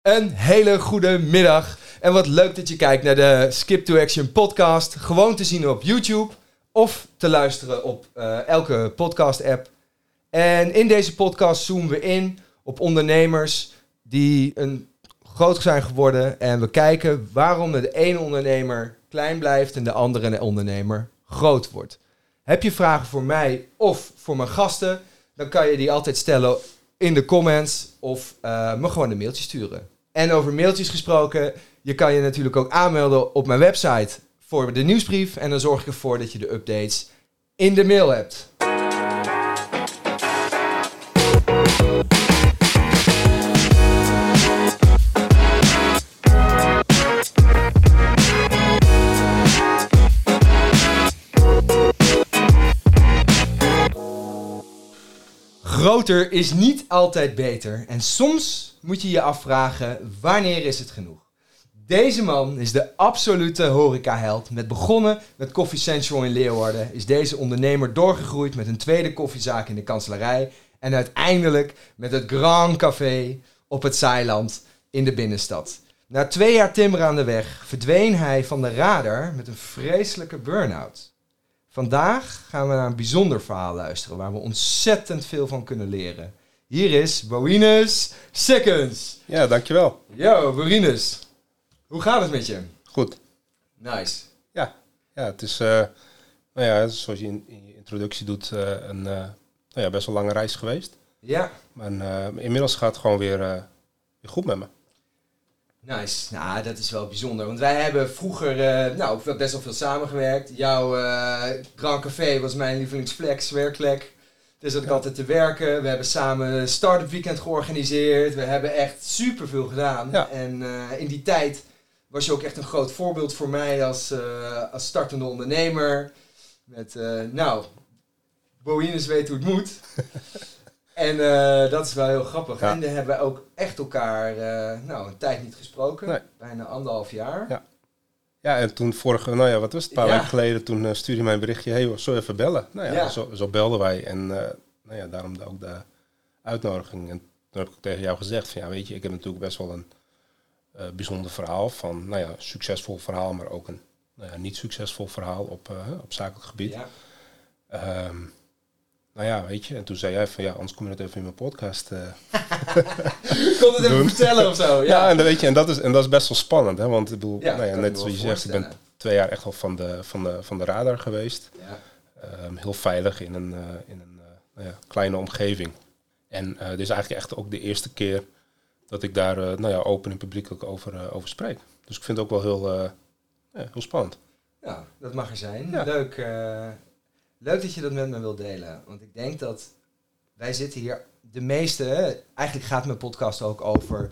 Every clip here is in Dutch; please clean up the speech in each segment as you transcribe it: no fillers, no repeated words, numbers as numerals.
Een hele goede middag en wat leuk dat je kijkt naar de Skip to Action podcast. Gewoon te zien op YouTube of te luisteren op elke podcast app. En in deze podcast zoomen we in op ondernemers die groot zijn geworden. En we kijken waarom de ene ondernemer klein blijft en de andere ondernemer groot wordt. Heb je vragen voor mij of voor mijn gasten, dan kan je die altijd stellen in de comments of me gewoon een mailtje sturen. En over mailtjes gesproken, je kan je natuurlijk ook aanmelden op mijn website voor de nieuwsbrief. En dan zorg ik ervoor dat je de updates in de mail hebt. Groter is niet altijd beter en soms moet je je afvragen wanneer is het genoeg. Deze man is de absolute horecaheld. Met begonnen met Coffee Central in Leeuwarden is deze ondernemer doorgegroeid met een tweede koffiezaak in de Kanselarij en uiteindelijk met het Grand Café op het Zeiland in de binnenstad. Na 2 jaar timmer aan de weg verdween hij van de radar met een vreselijke burn-out. Vandaag gaan we naar een bijzonder verhaal luisteren waar we ontzettend veel van kunnen leren. Hier is Borinus Seconds. Ja, dankjewel. Yo, Borinus. Hoe gaat het met je? Goed. Nice. Ja het is, zoals je in je introductie doet, een best wel lange reis geweest. Ja. Maar inmiddels gaat het gewoon weer goed met me. Nice. Nou, dat is wel bijzonder. Want wij hebben vroeger ook best wel veel samengewerkt. Jouw Grand Café was mijn lievelingsflex, werkplek. Dus zat ik altijd te werken. We hebben samen een start-up weekend georganiseerd. We hebben echt superveel gedaan. Ja. En in die tijd was je ook echt een groot voorbeeld voor mij als startende ondernemer. Met, Borinus weet hoe het moet. En dat is wel heel grappig. Ja. En dan hebben we ook echt elkaar een tijd niet gesproken. Nee. Bijna 1,5 jaar. Ja, en toen wat was het, een paar weken geleden, toen stuurde hij mij een berichtje, hey, zo even bellen. Zo belden wij en daarom ook de uitnodiging. En toen heb ik tegen jou gezegd van, weet je, ik heb natuurlijk best wel een bijzonder verhaal van, succesvol verhaal, maar ook een niet succesvol verhaal op zakelijk gebied. Ja. Weet je, en toen zei jij van, anders kom je het even in mijn podcast Kon het even vertellen of zo? Ja, en weet je, en dat is best wel spannend, hè, want ik bedoel, net zoals je zegt, ik ben 2 jaar echt al van de radar geweest. Ja. Heel veilig in een kleine omgeving. En dit is eigenlijk echt ook de eerste keer dat ik daar open en publiekelijk over spreek. Dus ik vind het ook wel heel spannend. Ja, dat mag er zijn. Ja. Leuk dat je dat met me wilt delen. Want ik denk dat wij zitten hier, de meeste, eigenlijk gaat mijn podcast ook over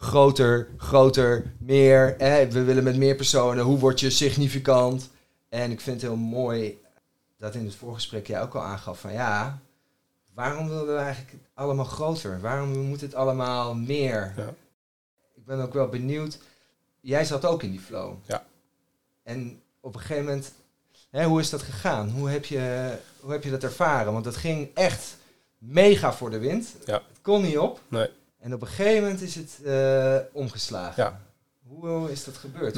groter, meer. We willen met meer personen, hoe word je significant? En ik vind het heel mooi dat in het voorgesprek jij ook al aangaf van waarom willen we eigenlijk allemaal groter? Waarom moet het allemaal meer? Ja. Ik ben ook wel benieuwd, jij zat ook in die flow. Ja. En op een gegeven moment, hoe is dat gegaan? Hoe heb je dat ervaren? Want het ging echt mega voor de wind. Ja. Het kon niet op. Nee. En op een gegeven moment is het omgeslagen. Ja. Hoe is dat gebeurd?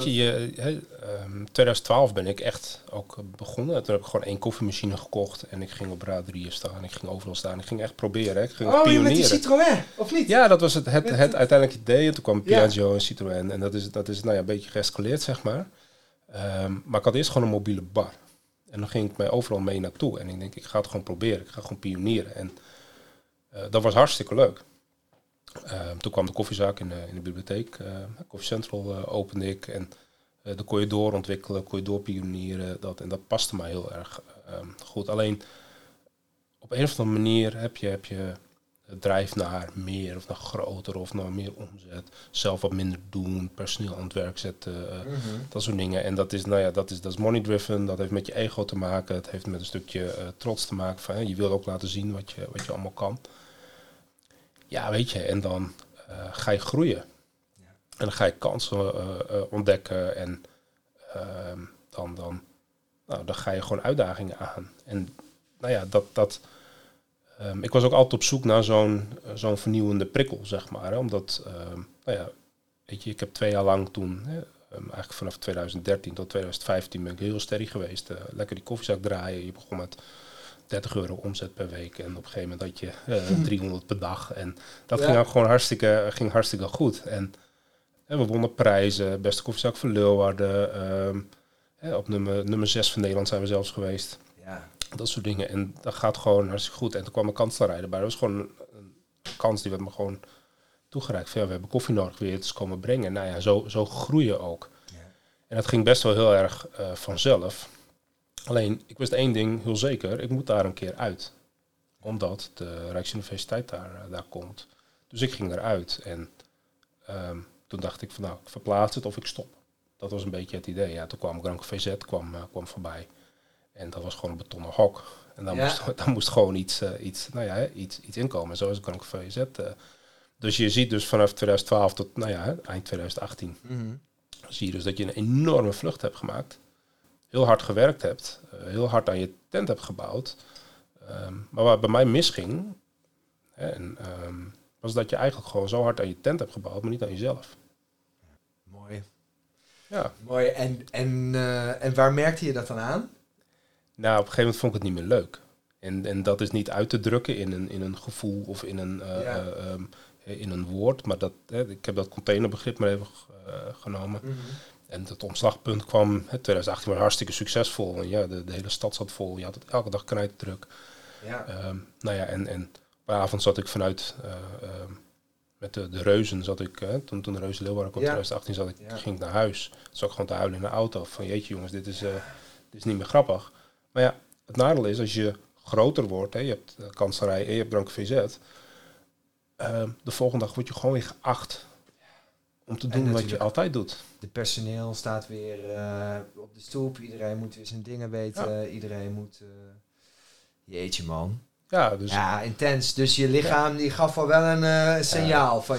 In 2012 ben ik echt ook begonnen. Toen heb ik gewoon 1 koffiemachine gekocht en ik ging op Raad 3 staan. Ik ging overal staan. Ik ging echt proberen. Ik ging pionieren. Met die Citroën, of niet? Ja, dat was het uiteindelijk idee. En toen kwam Piaggio en Citroën. En dat is een beetje geëscaleerd, zeg maar. Maar ik had eerst gewoon een mobiele bar. En dan ging ik mij overal mee naartoe. En ik denk, ik ga het gewoon proberen. Ik ga gewoon pionieren. En dat was hartstikke leuk. Toen kwam de koffiezaak in de bibliotheek. Coffee Central opende ik. En dan kon je doorontwikkelen, kon je doorpionieren. En dat paste mij heel erg goed. Alleen, op een of andere manier heb je drijf naar meer of naar groter of naar meer omzet. Zelf wat minder doen, personeel aan het werk zetten, dat soort dingen. En dat is money driven, dat heeft met je ego te maken. Het heeft met een stukje trots te maken. Van, je wil ook laten zien wat je allemaal kan. Ja, weet je, en dan ga je groeien. Ja. En dan ga je kansen ontdekken en dan ga je gewoon uitdagingen aan. En dat Ik was ook altijd op zoek naar zo'n vernieuwende prikkel, zeg maar. Hè, omdat, weet je, ik heb 2 jaar lang toen, eigenlijk vanaf 2013 tot 2015 ben ik heel steady geweest. Lekker die koffiezak draaien. Je begon met €30 omzet per week. En op een gegeven moment had je 300 per dag. En dat ging ook gewoon hartstikke goed. En we wonnen prijzen. Beste koffiezak van Leeuwarden. Op nummer 6 van Nederland zijn we zelfs geweest. Ja. Dat soort dingen. En dat gaat gewoon hartstikke goed. En toen kwam een kanstelrijder bij. Dat was gewoon een kans die werd me gewoon toegereikt. We hebben koffie nodig weer te komen brengen. Nou ja, zo groeien ook. Ja. En dat ging best wel heel erg vanzelf. Alleen, ik wist 1 ding heel zeker. Ik moet daar een keer uit. Omdat de Rijksuniversiteit daar komt. Dus ik ging eruit. En toen dacht ik van nou, ik verplaats het of ik stop. Dat was een beetje het idee. Ja, toen kwam Grand Café Z kwam voorbij. En dat was gewoon een betonnen hok. En dan moest gewoon iets inkomen. En zo is het Grand Café Z. Dus je ziet dus vanaf 2012 tot eind 2018... zie je dus dat je een enorme vlucht hebt gemaakt. Heel hard gewerkt hebt. Heel hard aan je tent hebt gebouwd. Maar waar bij mij misging... was dat je eigenlijk gewoon zo hard aan je tent hebt gebouwd... maar niet aan jezelf. Mooi. Ja. Mooi. En waar merkte je dat dan aan? Nou, op een gegeven moment vond ik het niet meer leuk. En dat is niet uit te drukken in een gevoel of in een woord. Maar ik heb dat containerbegrip maar even genomen. Mm-hmm. En het omslagpunt kwam, 2018 was hartstikke succesvol. En ja, de hele stad zat vol. Je had het elke dag knijterdruk. Ja. En op avond zat ik vanuit... met de Reuzen zat ik, toen de Reuzen Leeuwarden kwam, 2018 ging ik naar huis. Zat ik gewoon te huilen in de auto. Van jeetje jongens, dit is niet meer grappig. Maar ja, het nadeel is als je groter wordt, je hebt de kanselarij en je hebt Grand Café Z, de volgende dag word je gewoon weer geacht om te doen wat je altijd doet. De personeel staat weer op de stoep, iedereen moet weer zijn dingen weten, iedereen moet... Jeetje man. Ja, dus intens. Dus je lichaam die gaf al wel een signaal van,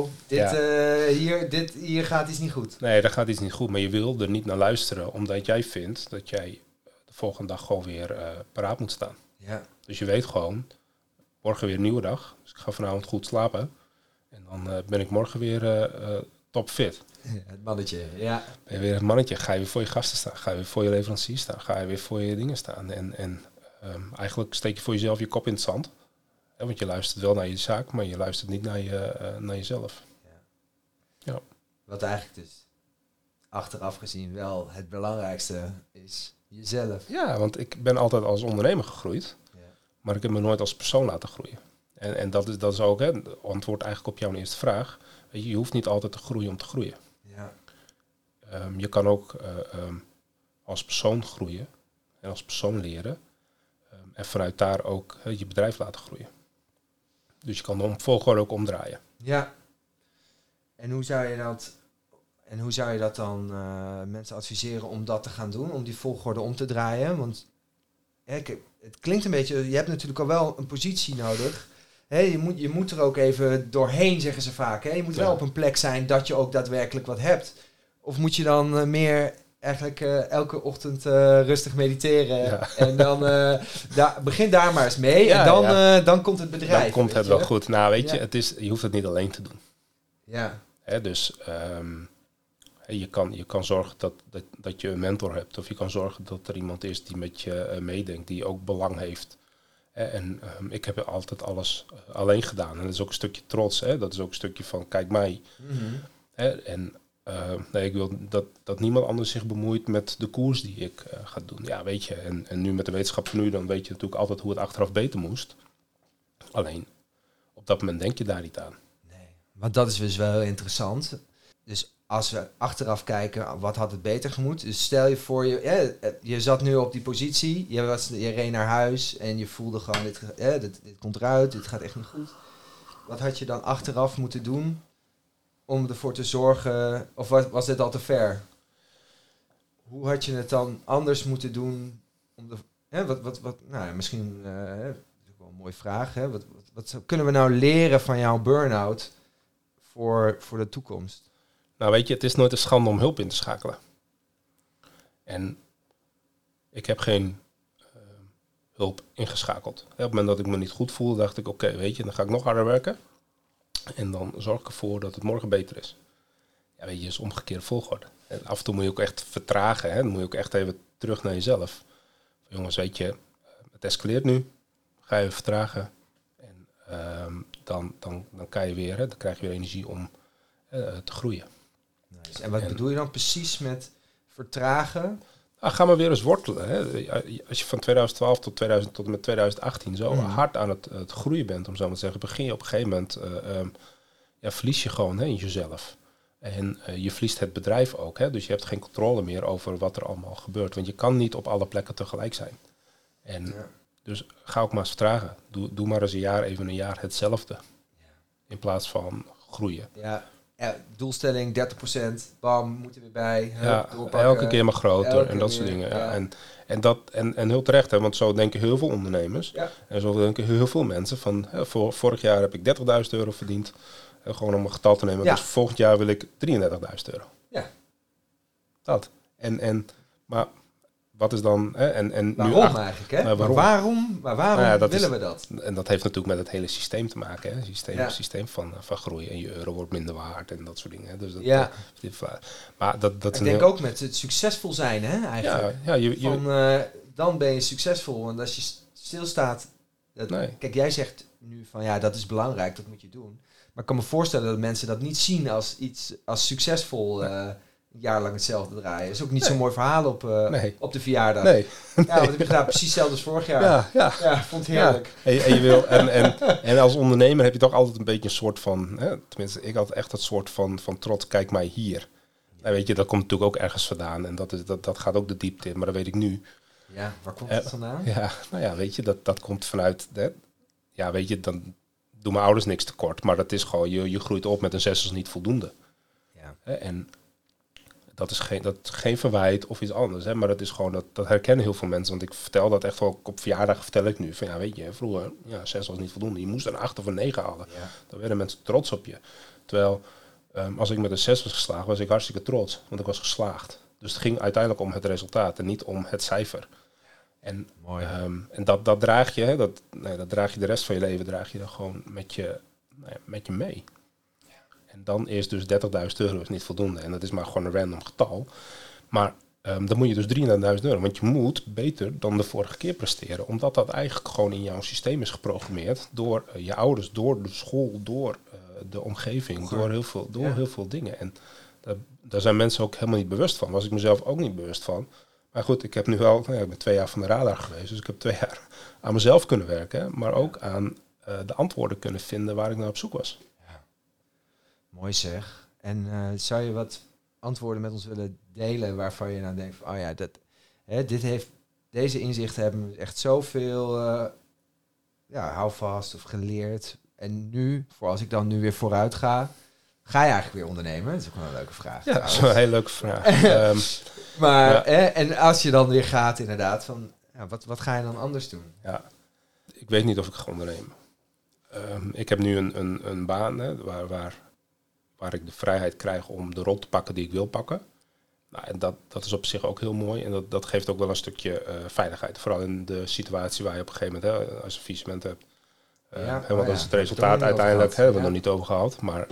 hier gaat iets niet goed. Nee, daar gaat iets niet goed, maar je wil er niet naar luisteren, omdat jij vindt dat jij de volgende dag gewoon weer paraat moet staan. Ja. Dus je weet gewoon, morgen weer een nieuwe dag. Dus ik ga vanavond goed slapen. En dan ben ik morgen weer topfit. Het mannetje, ja. Ben je weer het mannetje, ga je weer voor je gasten staan, ga je weer voor je leveranciers staan, ga je weer voor je dingen staan. En eigenlijk steek je voor jezelf je kop in het zand. Want je luistert wel naar je zaak, maar je luistert niet naar jezelf. Ja. Wat eigenlijk dus achteraf gezien wel het belangrijkste is, jezelf. Ja, want ik ben altijd als ondernemer gegroeid, maar ik heb me nooit als persoon laten groeien. En dat is ook het antwoord eigenlijk op jouw eerste vraag. Je hoeft niet altijd te groeien om te groeien. Ja. Je kan ook als persoon groeien en als persoon leren. En vanuit daar ook je bedrijf laten groeien. Dus je kan de volgorde ook omdraaien. Ja. En hoe zou je dat dan mensen adviseren om dat te gaan doen? Om die volgorde om te draaien? Want het klinkt een beetje... Je hebt natuurlijk al wel een positie nodig. Je moet er ook even doorheen, zeggen ze vaak. Je moet wel op een plek zijn dat je ook daadwerkelijk wat hebt. Of moet je dan meer... Eigenlijk elke ochtend rustig mediteren. Ja. En dan begin daar maar eens mee. Ja, en dan komt het bedrijf. Dan komt het wel goed. Nou, weet je, je hoeft het niet alleen te doen. Ja. Dus je kan zorgen dat je een mentor hebt. Of je kan zorgen dat er iemand is die met je meedenkt. Die ook belang heeft. En ik heb altijd alles alleen gedaan. En dat is ook een stukje trots. Dat is ook een stukje van kijk mij. Mm-hmm. Ik wil dat niemand anders zich bemoeit met de koers die ik ga doen. Ja, weet je. En nu met de wetenschap van nu, dan weet je natuurlijk altijd hoe het achteraf beter moest. Alleen, op dat moment denk je daar niet aan. Nee, want dat is dus wel heel interessant. Dus als we achteraf kijken, wat had het beter gemoet? Dus stel je voor, je zat nu op die positie, je reed naar huis en je voelde gewoon, dit komt eruit, dit gaat echt niet goed. Wat had je dan achteraf moeten doen om ervoor te zorgen, of was dit al te ver? Hoe had je het dan anders moeten doen? Misschien dat is wel een mooie vraag. Wat kunnen we nou leren van jouw burn-out voor de toekomst? Nou weet je, het is nooit een schande om hulp in te schakelen. En ik heb geen hulp ingeschakeld. Op het moment dat ik me niet goed voelde, dacht ik, oké, weet je, dan ga ik nog harder werken. En dan zorg ik ervoor dat het morgen beter is. Ja, weet je, is omgekeerde volgorde. En af en toe moet je ook echt vertragen. Hè? Dan moet je ook echt even terug naar jezelf. Jongens, weet je, het escaleert nu. Ga je vertragen. En dan kan je weer, dan krijg je weer energie om te groeien. Nice. En wat bedoel je dan precies met vertragen? Ga maar weer eens wortelen. Hè. Als je van 2012 tot en met 2018 zo hard aan het groeien bent, om zo maar te zeggen, begin je op een gegeven moment, verlies je gewoon in jezelf. En je verliest het bedrijf ook. Hè. Dus je hebt geen controle meer over wat er allemaal gebeurt. Want je kan niet op alle plekken tegelijk zijn. En dus ga ook maar eens vertragen. Doe maar eens even een jaar hetzelfde. Ja. In plaats van groeien. Ja. Doelstelling 30%, bam, moet er weer bij. Elke keer maar groter en dat soort dingen. Ja. En heel terecht, hè, want zo denken heel veel ondernemers. Ja. En zo denken heel veel mensen van, vorig jaar heb ik €30.000 verdiend. Gewoon om een getal te nemen. Ja. Dus volgend jaar wil ik €33.000. Ja. Dat. Maar wat is dan... waarom nu eigenlijk, hè? Waarom willen we dat? En dat heeft natuurlijk met het hele systeem te maken. Hè? Systeem van groei. En je euro wordt minder waard en dat soort dingen. Hè? Dus ik denk ook met het succesvol zijn, hè, eigenlijk. Dan ben je succesvol. En als je stilstaat... Kijk, jij zegt nu van, dat is belangrijk, dat moet je doen. Maar ik kan me voorstellen dat mensen dat niet zien als succesvol... een jaar lang hetzelfde draaien. Dat is ook niet zo'n mooi verhaal op de verjaardag. Nee. Ja, wat heb je gedaan? Precies hetzelfde als vorig jaar. Ja, vond het heerlijk. Ja. En je wil, en als ondernemer heb je toch altijd een beetje een soort van... tenminste, ik had echt het soort van trots, kijk mij hier. Nou, weet je, dat komt natuurlijk ook ergens vandaan. En dat gaat ook de diepte in, maar dat weet ik nu. Ja, waar komt het vandaan? Ja, nou ja, weet je, dat komt vanuit... weet je, dan doen mijn ouders niks tekort. Maar dat is gewoon, je groeit op met een 6 als niet voldoende. Ja. En... Dat is geen verwijt of iets anders. Hè? Maar dat is gewoon, dat herkennen heel veel mensen. Want ik vertel dat echt wel op verjaardag, vertel ik nu. Van weet je, vroeger, 6 was niet voldoende. Je moest een 8 of een 9 halen. Ja. Dan werden mensen trots op je. Terwijl, als ik met een 6 was geslaagd, was ik hartstikke trots. Want ik was geslaagd. Dus het ging uiteindelijk om het resultaat en niet om het cijfer. En, mooi, en dat draag je, hè, dat draag je de rest van je leven, draag je dan gewoon met je mee. En dan is dus €30.000 niet voldoende. En dat is maar gewoon een random getal. Maar dan moet je dus €33.000. Want je moet beter dan de vorige keer presteren. Omdat dat eigenlijk gewoon in jouw systeem is geprogrammeerd. Door je ouders, door de school, door de omgeving. Door heel veel dingen. En daar zijn mensen ook helemaal niet bewust van. Was ik mezelf ook niet bewust van. Maar goed, ik heb nu wel... ik ben 2 jaar van de radar geweest. Dus ik heb 2 jaar aan mezelf kunnen werken. Hè, maar ook aan de antwoorden kunnen vinden waar ik naar op zoek was. Mooi zeg. En zou je wat antwoorden met ons willen delen waarvan je nou denkt van, deze inzichten hebben me echt zoveel houvast of geleerd. En nu, voor als ik dan nu weer vooruit ga je eigenlijk weer ondernemen? Dat is ook wel een leuke vraag. Ja, dat is wel een hele leuke vraag. Maar, en als je dan weer gaat inderdaad, van, wat ga je dan anders doen? Ja, ik weet niet of ik ga ondernemen. Ik heb nu een baan waar ik de vrijheid krijg om de rol te pakken die ik wil pakken. Nou, en dat is op zich ook heel mooi. En dat geeft ook wel een stukje veiligheid. Vooral in de situatie waar je op een gegeven moment, als je faillissement hebt. Want dat is het resultaat uiteindelijk. Hebben we het nog niet over gehad. Maar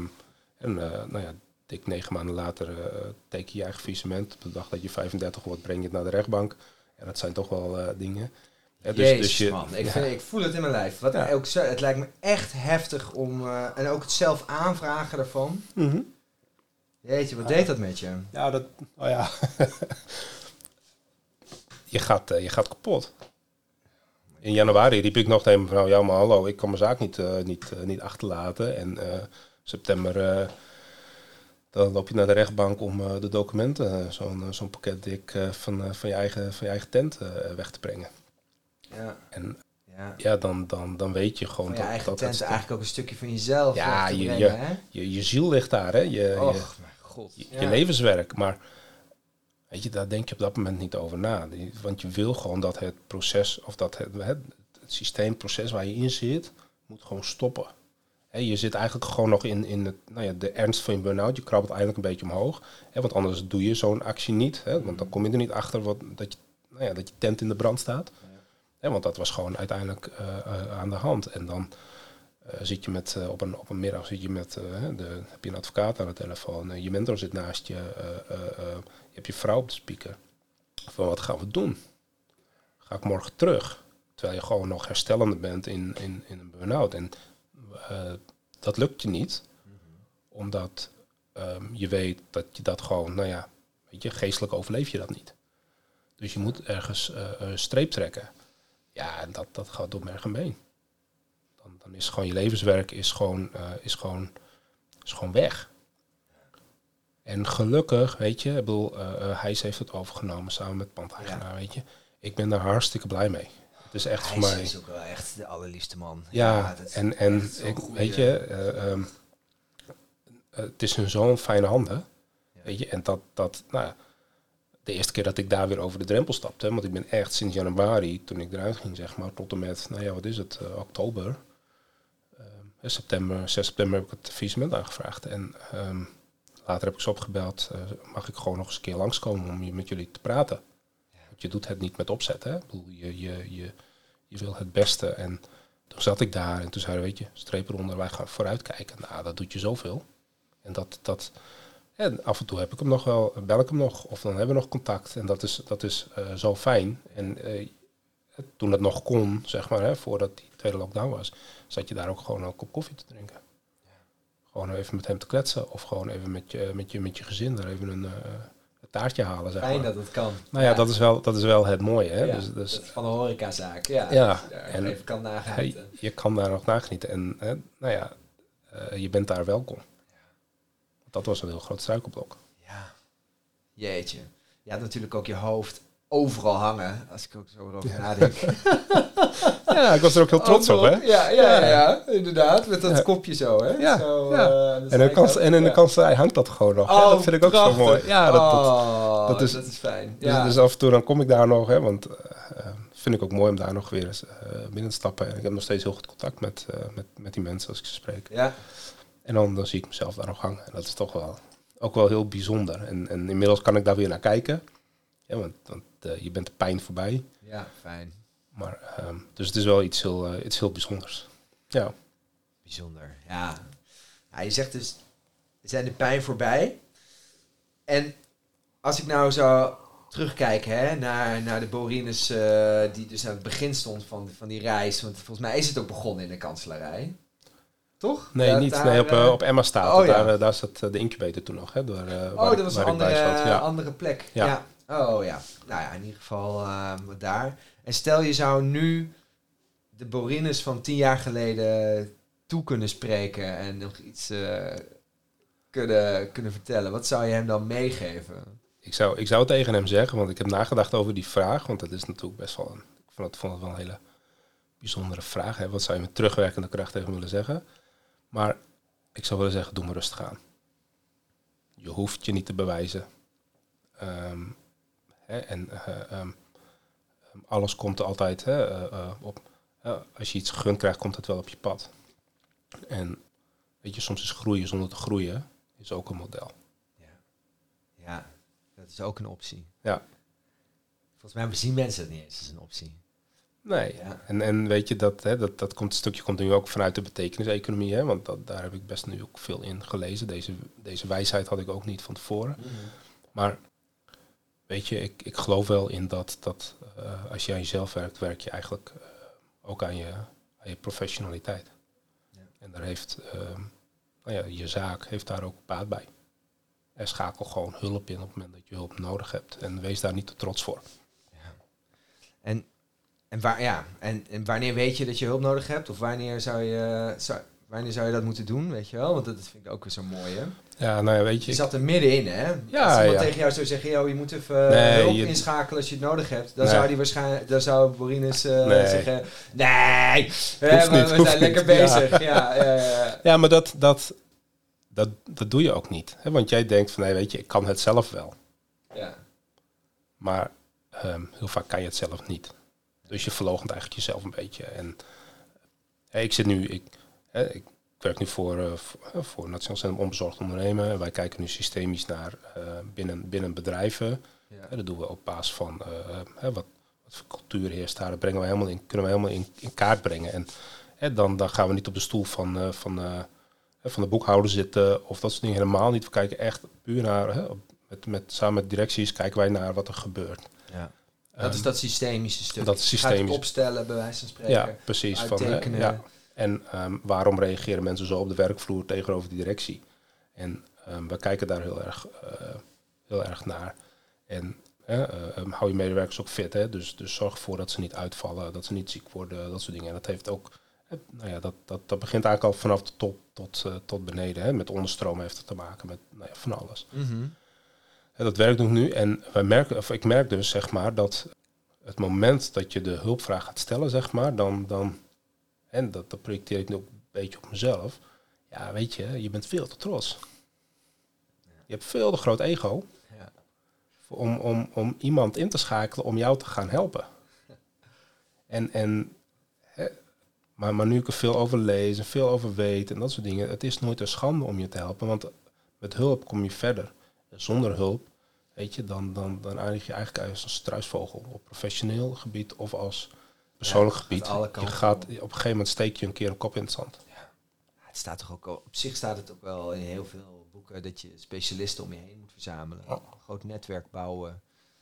dik 9 maanden later teken je eigen faillissement. Op de dag dat je 35 wordt, breng je het naar de rechtbank. Ja, dat zijn toch wel dingen. Jezus, man. Ik voel het in mijn lijf. Het lijkt me echt heftig om... en ook het zelf aanvragen daarvan. Mm-hmm. Jeetje, wat deed dat met je? Ja, je gaat kapot. In januari riep ik nog tegen mijn vrouw... Ja, maar hallo, ik kan mijn zaak niet achterlaten. En september... dan loop je naar de rechtbank om de documenten... zo'n pakket dik van je eigen tent weg te brengen. Ja. En dan weet je gewoon dat... Je eigen tent is eigenlijk ook een stukje van jezelf. Ja, je ziel ligt daar, hè. Mijn god. Je levenswerk. Maar weet je, daar denk je op dat moment niet over na. Want je wil gewoon dat het proces, of dat het systeemproces waar je in zit, moet gewoon stoppen. Je zit eigenlijk gewoon nog in de ernst van je burn-out. Je krabbelt eigenlijk een beetje omhoog. Want anders doe je zo'n actie niet. Want dan kom je er niet achter dat je tent in de brand staat. Want dat was gewoon uiteindelijk aan de hand. En dan zit je met, op een middag zit je met, heb je een advocaat aan de telefoon. Je mentor zit naast je. Je hebt je vrouw op de speaker. Van wat gaan we doen? Ga ik morgen terug? Terwijl je gewoon nog herstellende bent in een burn-out. En dat lukt je niet. Omdat je weet dat je dat gewoon, geestelijk overleef je dat niet. Dus je moet ergens streep trekken. Ja, en dat gaat door merg en been. Dan is gewoon je levenswerk is gewoon weg. En gelukkig, weet je, ik bedoel, Hijs heeft het overgenomen samen met pandeigenaar, weet je. Ik ben daar hartstikke blij mee. Het is echt voor mij. Hij is ook wel echt de allerliefste man. Ja, en ik, weet je, het is in zo'n fijne handen. Ja. Weet je, en de eerste keer dat ik daar weer over de drempel stapte, want ik ben echt sinds januari, toen ik eruit ging, zeg maar, tot en met, wat is het, oktober, 6 september heb ik het faillissement aangevraagd. En later heb ik ze opgebeld, mag ik gewoon nog eens een keer langskomen om met jullie te praten. Ja. Want je doet het niet met opzet, hè. Ik bedoel, je wil het beste. En toen zat ik daar en toen zeiden, weet je, streep eronder, wij gaan vooruitkijken. Nou, dat doet je zoveel. En en af en toe heb ik hem nog wel, bel ik hem nog, of dan hebben we nog contact. En dat is zo fijn. En toen het nog kon, zeg maar, voordat die tweede lockdown was, zat je daar ook gewoon een kop koffie te drinken. Ja. Gewoon even met hem te kletsen, of gewoon even met je gezin daar even een taartje halen, zeg maar. Fijn dat het kan. Nou ja, dat is wel het mooie, hè. Ja, dus van de horecazaak, ja. En even kan nagenieten. Je kan daar nog nagenieten. En je bent daar welkom. Dat was een heel groot struikelblok. Ja, jeetje. Je had natuurlijk ook je hoofd overal hangen, als ik ook zo erover nadenk. Ja, ik was er ook heel trots op, hè? Ja, inderdaad. Met dat kopje zo, hè? Ja, zo, en in de kanselij hangt dat gewoon nog. Dat vind ik ook prachtig. zo mooi. Ja, dat is fijn. Ja. Dus af en toe dan kom ik daar nog, hè, want vind ik ook mooi om daar nog weer eens binnen te stappen. En ik heb nog steeds heel goed contact met die mensen als ik ze spreek. Ja. En dan zie ik mezelf daar nog hangen. En dat is toch wel ook wel heel bijzonder. En inmiddels kan ik daar weer naar kijken. Ja, want je bent de pijn voorbij. Ja, fijn. Maar, dus het is wel iets heel bijzonders. Ja. Bijzonder, ja. Je zegt dus, we zijn de pijn voorbij. En als ik nou zo terugkijk naar de Borinus die dus aan het begin stond van die reis. Want volgens mij is het ook begonnen in de kanselarij. Toch? Nee, ja, niet. Daar, op Emma staat. Daar zat de incubator toen nog. Hè, dat was een andere plek. Ja. Oh ja. Nou ja, in ieder geval daar. En stel je zou nu de Borinus van 10 jaar geleden toe kunnen spreken en nog iets kunnen vertellen. Wat zou je hem dan meegeven? Ik zou tegen hem zeggen, want ik heb nagedacht over die vraag. Want dat is natuurlijk best wel ik vond het wel een hele bijzondere vraag. Hè. Wat zou je met terugwerkende kracht tegen willen zeggen? Maar ik zou willen zeggen, doe maar rustig aan. Je hoeft je niet te bewijzen. Alles komt er altijd op. Als je iets gegund krijgt, komt het wel op je pad. En weet je, soms is groeien zonder te groeien is ook een model. Ja, dat is ook een optie. Ja. Volgens mij zien mensen het niet eens als een optie. Nee, ja. En weet je, dat komt, een stukje komt nu ook vanuit de betekeniseconomie, hè? Want daar heb ik best nu ook veel in gelezen. Deze wijsheid had ik ook niet van tevoren. Mm-hmm. Maar weet je, ik geloof wel in dat als je aan jezelf werkt, werk je eigenlijk ook aan je professionaliteit. Ja. En daar heeft, je zaak heeft daar ook baat bij. En schakel gewoon hulp in op het moment dat je hulp nodig hebt. En wees daar niet te trots voor. Ja. En wanneer weet je dat je hulp nodig hebt? Of wanneer zou je dat moeten doen, weet je wel? Want dat vind ik ook weer zo mooi, hè? Ja, nou ja, weet je... Je zat er middenin, hè? Ja, als iemand tegen jou zou zeggen, je moet even hulp inschakelen als je het nodig hebt. Dan zou die waarschijnlijk, dan zou Borinus zeggen, we zijn lekker bezig. Ja, maar dat doe je ook niet. Hè? Want jij denkt van, weet je, ik kan het zelf wel. Ja. Maar heel vaak kan je het zelf niet. Dus je verloochent eigenlijk jezelf een beetje. En ik werk nu voor Nationaal Centrum Onbezorgd Ondernemen. Wij kijken nu systemisch naar binnen bedrijven. Ja. Dat doen we op basis van Wat voor cultuur heerst daar? Dat brengen we kunnen we helemaal in kaart brengen. En dan gaan we niet op de stoel van de boekhouder zitten of dat soort dingen helemaal niet. We kijken echt puur naar, samen met directies kijken wij naar wat er gebeurt. Ja. Dat is dat systemische stuk. Dat is systemisch. Gaat het opstellen, bij wijze van spreken. Ja, precies. Uittekenen. En waarom reageren mensen zo op de werkvloer tegenover de directie? En we kijken daar heel erg naar. En hou je medewerkers ook fit. Hè? Dus zorg ervoor dat ze niet uitvallen, dat ze niet ziek worden, dat soort dingen. En dat heeft ook, dat begint eigenlijk al vanaf de top tot beneden. Hè? Met onderstroom heeft het te maken met van alles. Mm-hmm. Dat werkt ook nu. En ik merk dus, zeg maar, dat het moment dat je de hulpvraag gaat stellen, zeg maar, dan en dat projecteer ik nu ook een beetje op mezelf. Ja, weet je bent veel te trots. Je hebt veel te groot ego om iemand in te schakelen om jou te gaan helpen. Maar nu ik er veel over lees en veel over weet en dat soort dingen, het is nooit een schande om je te helpen, want met hulp kom je verder. Zonder hulp, weet je, dan eindig je eigenlijk als een struisvogel op professioneel gebied of als persoonlijk gebied. Op een gegeven moment steek je een keer een kop in het zand. Ja. Het staat toch ook op zich staat het ook wel in heel veel boeken dat je specialisten om je heen moet verzamelen. Een groot netwerk bouwen.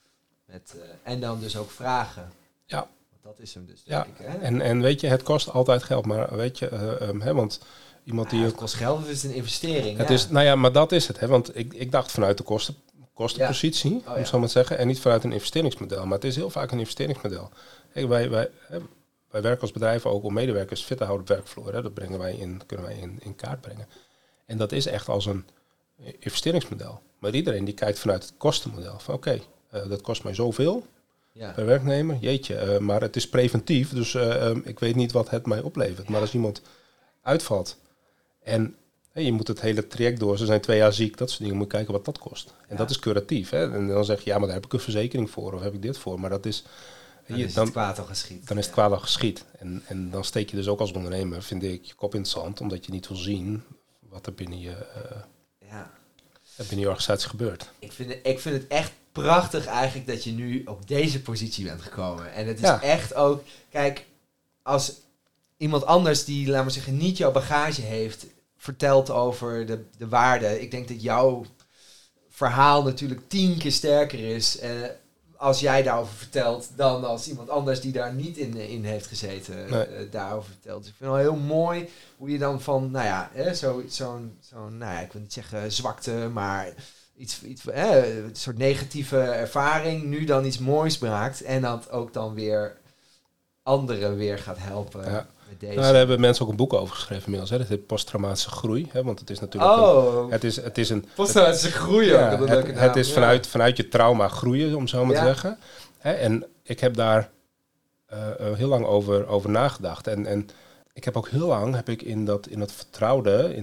En dan dus ook vragen. Ja. Want dat is hem dus, denk ik. Hè? En weet je, het kost altijd geld, maar weet je, want iemand die... Het kost geld of is het een investering? Het is, maar dat is het. Hè, want ik dacht vanuit de kostenpositie, om zo maar te zeggen, en niet vanuit een investeringsmodel. Maar het is heel vaak een investeringsmodel. Kijk, wij werken als bedrijf ook om medewerkers fit te houden op werkvloer. Hè. Dat kunnen wij in kaart brengen. En dat is echt als een investeringsmodel. Maar iedereen die kijkt vanuit het kostenmodel. Van oké, dat kost mij zoveel per werknemer. Jeetje, maar het is preventief. Dus ik weet niet wat het mij oplevert. Maar als iemand uitvalt en je moet het hele traject door, ze zijn 2 jaar ziek, dat soort dingen, moet je kijken wat dat kost. En dat is curatief. Hè. En dan zeg je, ja, maar daar heb ik een verzekering voor of heb ik dit voor. Maar dat is... Dan is het kwaad al geschied. Dan is het kwaad al geschied. En dan steek je dus ook als ondernemer, vind ik, je kop in het zand, omdat je niet wil zien wat er binnen je organisatie gebeurt. Ik vind het echt prachtig eigenlijk dat je nu op deze positie bent gekomen. En het is echt ook, kijk, als iemand anders die, laten we zeggen, niet jouw bagage heeft, vertelt over de waarde. Ik denk dat jouw verhaal natuurlijk 10 keer sterker is als jij daarover vertelt dan als iemand anders die daar niet in heeft gezeten daarover vertelt. Dus ik vind het wel heel mooi hoe je dan van, zo'n ik wil niet zeggen zwakte, maar een soort negatieve ervaring nu dan iets moois maakt en dat ook dan weer anderen weer gaat helpen. Ja. Daar hebben mensen ook een boek over geschreven inmiddels. Hè? Dat heet posttraumatische groei. Hè? Want het is natuurlijk het is een posttraumatische groei. Het is vanuit je trauma groeien, om zo maar te zeggen. Hè? En ik heb daar heel lang over nagedacht. En ik heb ook heel lang in dat vertrouwde,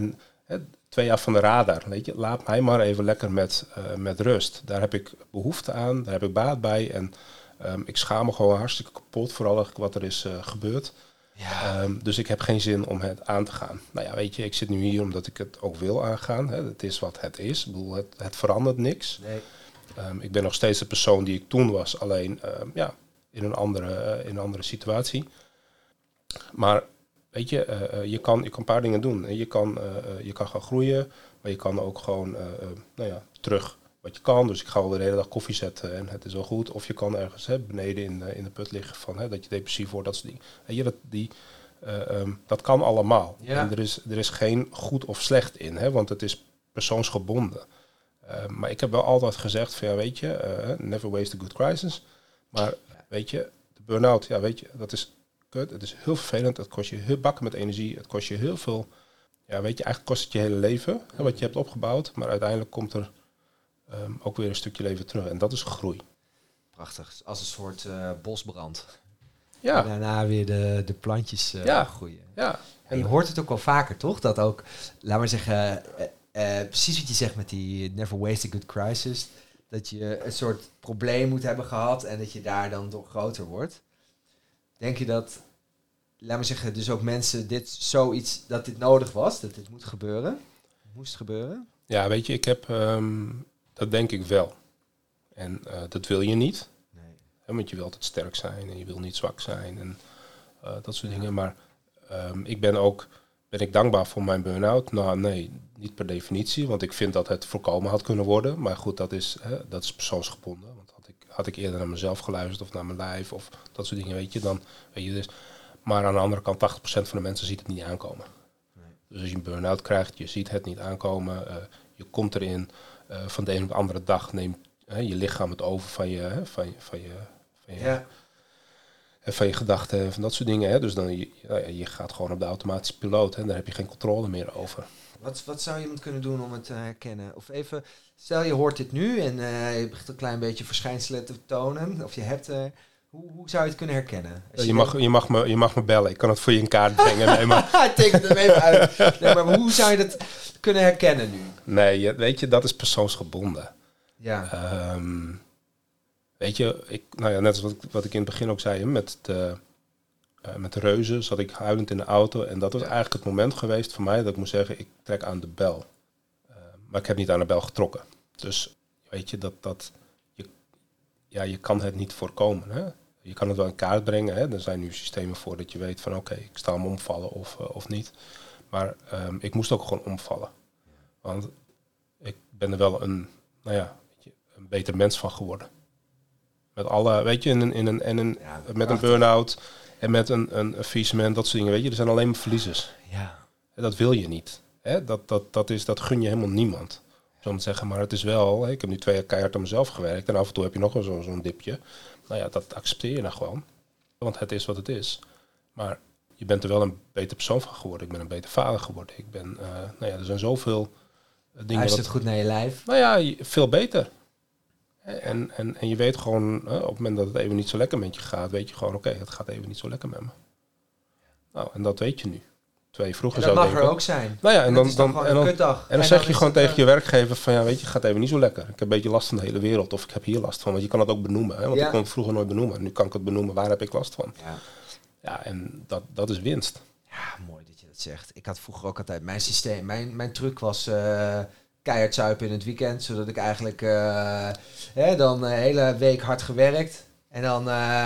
2 jaar van de radar. Weet je, laat mij maar even lekker met rust. Daar heb ik behoefte aan, daar heb ik baat bij. En ik schaam me gewoon hartstikke kapot voor alles wat er is gebeurd. Ja. Dus ik heb geen zin om het aan te gaan. Nou ja, weet je, ik zit nu hier omdat ik het ook wil aangaan. Hè. Het is wat het is. Ik bedoel, het verandert niks. Nee. Ik ben nog steeds de persoon die ik toen was, alleen in een andere situatie. Maar weet je, je kan een paar dingen doen. Je kan gaan groeien, maar je kan ook gewoon terug wat je kan. Dus ik ga wel de hele dag koffie zetten en het is wel goed. Of je kan ergens beneden in de put liggen van dat je depressief wordt, dat soort dingen. Dat kan allemaal. Ja. En er is geen goed of slecht in, want het is persoonsgebonden. Maar ik heb wel altijd gezegd van weet je, never waste a good crisis. Maar weet je, de burn-out, weet je, dat is kut. Het is heel vervelend. Het kost je heel bakken met energie. Het kost je heel veel. Ja, weet je, eigenlijk kost het je hele leven wat je hebt opgebouwd. Maar uiteindelijk komt er ook weer een stukje leven terug. En dat is groei. Prachtig. Als een soort bosbrand. Ja. En daarna weer de plantjes groeien. Ja. En je hoort het ook wel vaker, toch? Dat ook, laat maar zeggen, precies wat je zegt met die never waste a good crisis. Dat je een soort probleem moet hebben gehad en dat je daar dan door groter wordt. Denk je dat, laat maar zeggen, dus ook mensen dat dit nodig was, dat dit moest gebeuren? Ja, weet je, ik heb, dat denk ik wel. En dat wil je niet. Nee. Want je wil altijd sterk zijn en je wil niet zwak zijn en dat soort dingen. Maar ben ik dankbaar voor mijn burn-out? Nou, nee, niet per definitie, want ik vind dat het voorkomen had kunnen worden. Maar goed, dat is persoonsgebonden. Want had ik eerder naar mezelf geluisterd of naar mijn lijf of dat soort dingen, weet je, dan weet je dus. Maar aan de andere kant, 80% van de mensen ziet het niet aankomen. Nee. Dus als je een burn-out krijgt, je ziet het niet aankomen, je komt erin, van de een op de andere dag neemt je lichaam het over van je gedachten en van dat soort dingen. Hè. Dus dan je gaat gewoon op de automatische piloot en daar heb je geen controle meer over. Wat zou iemand kunnen doen om het te herkennen? Of even, stel je hoort dit nu en je begint een klein beetje verschijnselen te tonen. Of je hebt... Hoe zou je het kunnen herkennen? Je mag me bellen. Ik kan het voor je in kaart brengen. Nee, maar... Teken het even uit. Nee, maar hoe zou je dat kunnen herkennen nu? Nee, weet je, dat is persoonsgebonden. Ja. Weet je, net als wat ik in het begin ook zei, met de reuzen zat ik huilend in de auto. En dat was eigenlijk het moment geweest voor mij dat ik moest zeggen, ik trek aan de bel. Maar ik heb niet aan de bel getrokken. Dus weet je, je kan het niet voorkomen. Hè? Je kan het wel in kaart brengen. Hè? Er zijn nu systemen voor dat je weet van oké, ik sta hem omvallen of niet. Maar ik moest ook gewoon omvallen. Want ik ben er wel een beter mens van geworden. Met alle, weet je, met een burn-out en met een faillissement, dat soort dingen. Weet je, er zijn alleen maar verliezers. Ja. En dat wil je niet. Hè? Dat gun je helemaal niemand. Zo te zeggen, maar het is wel, ik heb nu 2 jaar keihard aan mezelf gewerkt en af en toe heb je nog wel zo'n dipje. Nou ja, dat accepteer je dan gewoon. Want het is wat het is. Maar je bent er wel een beter persoon van geworden. Ik ben een beter vader geworden. Ik ben, er zijn zoveel dingen. Luistert goed naar je lijf. Nou ja, veel beter. En je weet gewoon, op het moment dat het even niet zo lekker met je gaat, weet je gewoon, oké, het gaat even niet zo lekker met me. Nou, en dat weet je nu. Vroeger dat zou mag er ook zijn. Nou ja, en dan zeg je gewoon tegen je je werkgever van ja, weet je, het gaat even niet zo lekker. Ik heb een beetje last van de hele wereld of ik heb hier last van. Want je kan het ook benoemen. Hè? Want ik kon het vroeger nooit benoemen. Nu kan ik het benoemen, waar heb ik last van? Ja, en dat is winst. Ja, mooi dat je dat zegt. Ik had vroeger ook altijd mijn systeem. Mijn truc was keihard zuipen in het weekend. Zodat ik eigenlijk dan een hele week hard gewerkt. En dan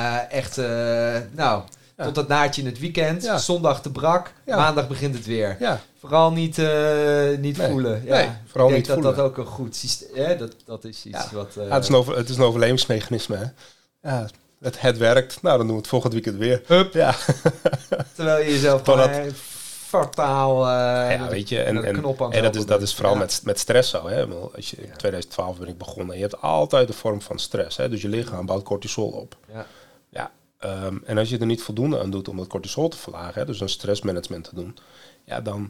tot dat naadje in het weekend. Ja. Zondag te brak. Ja. Maandag begint het weer. Ja. Vooral niet voelen. Ja. Nee, vooral ik niet denk voelen. dat ook een goed systeem is. Dat is iets wat... het is een overlevingsmechanisme. Hè? Ja, het werkt. Nou, dan doen we het volgend weekend weer. Hup. Ja. Terwijl je jezelf fataal weet je, en dat is vooral met stress zo. Hè? In 2012 ben ik begonnen. En je hebt altijd een vorm van stress. Hè? Dus je lichaam bouwt cortisol op. Ja. En als je er niet voldoende aan doet om dat cortisol te verlagen, hè, dus een stressmanagement te doen, ja, dan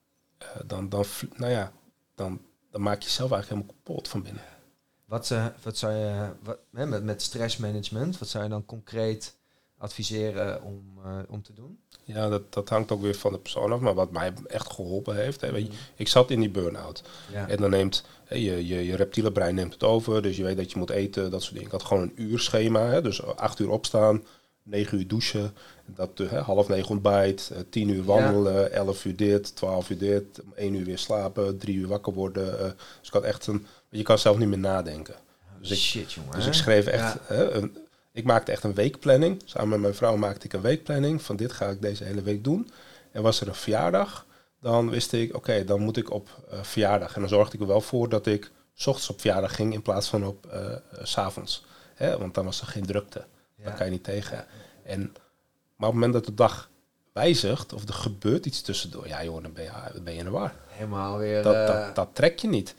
maak je jezelf eigenlijk helemaal kapot van binnen. Wat zou je met stressmanagement, wat zou je dan concreet adviseren om te doen? Ja, dat hangt ook weer van de persoon af, maar wat mij echt geholpen heeft, hè, weet je, ik zat in die burn-out. Ja. En dan neemt je reptiele brein neemt het over, dus je weet dat je moet eten, dat soort dingen. Ik had gewoon een uurschema, hè, dus 8 uur opstaan, 9 uur douchen, 8:30 ontbijt, 10 uur wandelen, 11 uur dit, 12 uur dit, 1 uur weer slapen, 3 uur wakker worden. Dus ik had echt je kan zelf niet meer nadenken. Dus ik schreef echt, ik maakte echt een weekplanning. Samen met mijn vrouw maakte ik een weekplanning van dit ga ik deze hele week doen. En was er een verjaardag, dan wist ik, oké, dan moet ik op verjaardag. En dan zorgde ik er wel voor dat ik 's ochtends op verjaardag ging in plaats van op 's avonds. Want dan was er geen drukte. Daar kan je niet tegen. Ja. Maar op het moment dat de dag wijzigt of er gebeurt iets tussendoor, ja joh, dan ben je in de war. Helemaal weer... Dat trek je niet.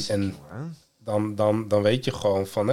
Dan weet je gewoon van...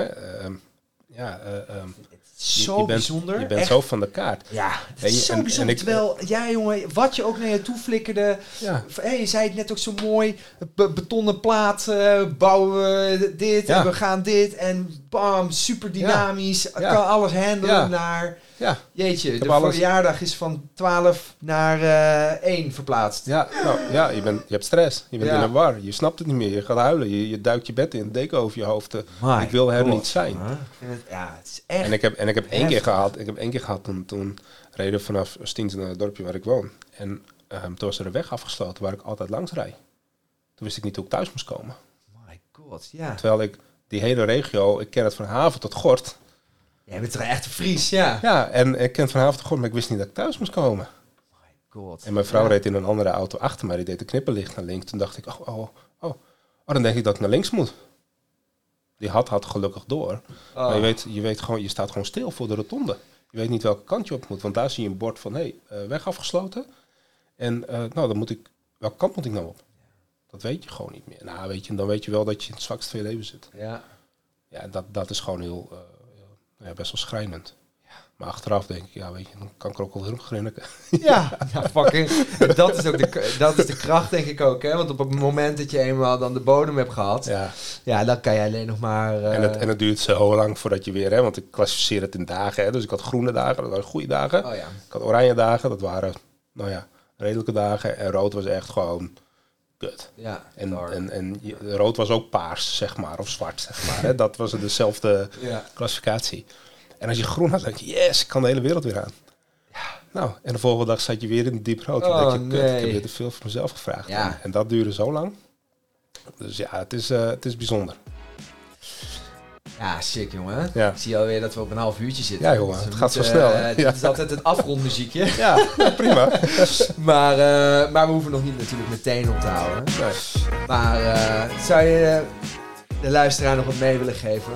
zo bijzonder. Je bent zo van de kaart. Ja, het is zo bijzonder. Terwijl, jongen, wat je ook naar je toe flikkerde. Ja. Je zei het net ook zo mooi. Betonnen plaat, bouwen we dit en we gaan dit. En bam, super dynamisch. Ja. Kan alles handelen naar... Ja. Jeetje, de verjaardag is van 12 naar 1 verplaatst. Ja, je hebt stress. Je bent in een war. Je snapt het niet meer. Je gaat huilen. Je duikt je bed in, deken over je hoofd. Ik wil er niet zijn. Het is echt... En ik heb één keer gehad toen reden we vanaf Stiens naar het dorpje waar ik woon. En toen was er een weg afgesloten waar ik altijd langs rijd. Toen wist ik niet hoe ik thuis moest komen. My god, ja. Terwijl ik die hele regio, ik ken het van haven tot gort. Jij bent toch echt een Fries, ja. Ja, en ik ken vanavond gewoon, maar ik wist niet dat ik thuis moest komen. God. En mijn vrouw reed in een andere auto achter mij. Die deed de knipperlicht naar links. Toen dacht ik, dan denk ik dat ik naar links moet. Die had gelukkig door. Oh. Maar je weet gewoon, je staat gewoon stil voor de rotonde. Je weet niet welke kant je op moet. Want daar zie je een bord van, weg afgesloten. En dan moet ik, welke kant moet ik nou op? Dat weet je gewoon niet meer. Nou, weet je, dan weet je wel dat je in het zwakste van je leven zit. Ja. Ja, dat is gewoon heel, best wel schrijnend. Maar achteraf denk ik, ja, weet je, dan kan ik er ook wel heel grinniken. Ja, fucking. Dat is ook de kracht, denk ik ook, hè? Want op het moment dat je eenmaal dan de bodem hebt gehad, ja dan kan je alleen nog maar... En het duurt zo lang voordat je weer, hè, want ik klassificeer het in dagen, hè. Dus ik had groene dagen, dat waren goede dagen. Oh ja. Ik had oranje dagen, dat waren, redelijke dagen. En rood was echt gewoon kut. Ja, en rood was ook paars, zeg maar, of zwart, zeg maar. Hè. Dat was dezelfde klassificatie. En als je groen had, dan denk je, yes, ik kan de hele wereld weer aan. Ja. Nou, en de volgende dag zat je weer in het diep rood. Dan denk je, ik heb weer te veel van mezelf gevraagd. Ja. En dat duurde zo lang. Dus ja, het is bijzonder. Ja, sick, jongen. Ja. Ik zie alweer dat we op een half uurtje zitten. Ja, jongen, het gaat zo snel. Het is altijd het afrondmuziekje. Ja, prima. Maar we hoeven nog niet natuurlijk meteen op te houden. Nee. Maar zou je de luisteraar nog wat mee willen geven?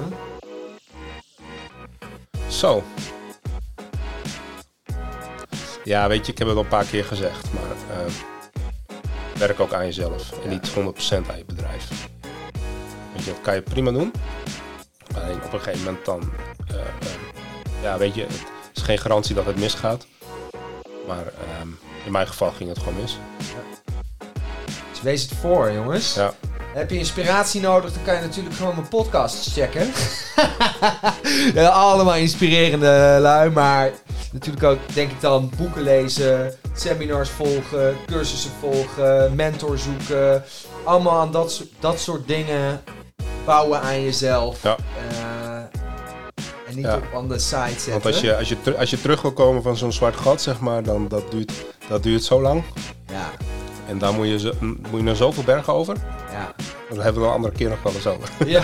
Zo. Ja, weet je, ik heb het al een paar keer gezegd, maar werk ook aan jezelf en niet 100% aan je bedrijf. Weet je, dat kan je prima doen. Alleen op een gegeven moment dan, weet je, het is geen garantie dat het misgaat. Maar in mijn geval ging het gewoon mis. Dus wees het voor, jongens. Ja. Heb je inspiratie nodig, dan kan je natuurlijk gewoon mijn podcasts checken. Ja, allemaal inspirerende lui, maar natuurlijk ook, denk ik dan, boeken lezen, seminars volgen, cursussen volgen, mentor zoeken. Allemaal aan dat soort dingen bouwen aan jezelf. Ja. En niet op on the side zetten. Want als je terug wil komen van zo'n zwart gat, zeg maar, dan dat duurt zo lang. Ja. En daar moet je naar zoveel bergen over. Ja. Daar hebben we een andere keer nog wel eens over. Ja.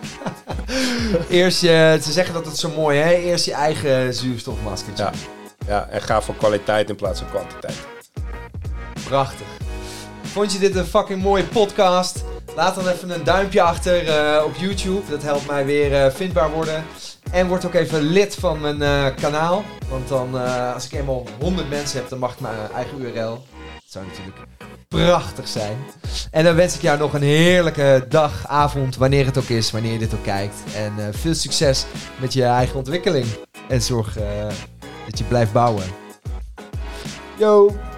Ze zeggen dat het zo mooi, hè? Eerst je eigen zuurstofmaskertje. Ja, en ga voor kwaliteit in plaats van kwantiteit. Prachtig. Vond je dit een fucking mooie podcast? Laat dan even een duimpje achter op YouTube. Dat helpt mij weer vindbaar worden. En word ook even lid van mijn kanaal. Want dan, als ik eenmaal 100 mensen heb, dan mag ik mijn eigen URL. Dat zou natuurlijk prachtig zijn. En dan wens ik jou nog een heerlijke dag, avond, wanneer het ook is, wanneer je dit ook kijkt. En veel succes met je eigen ontwikkeling. En zorg dat je blijft bouwen. Yo!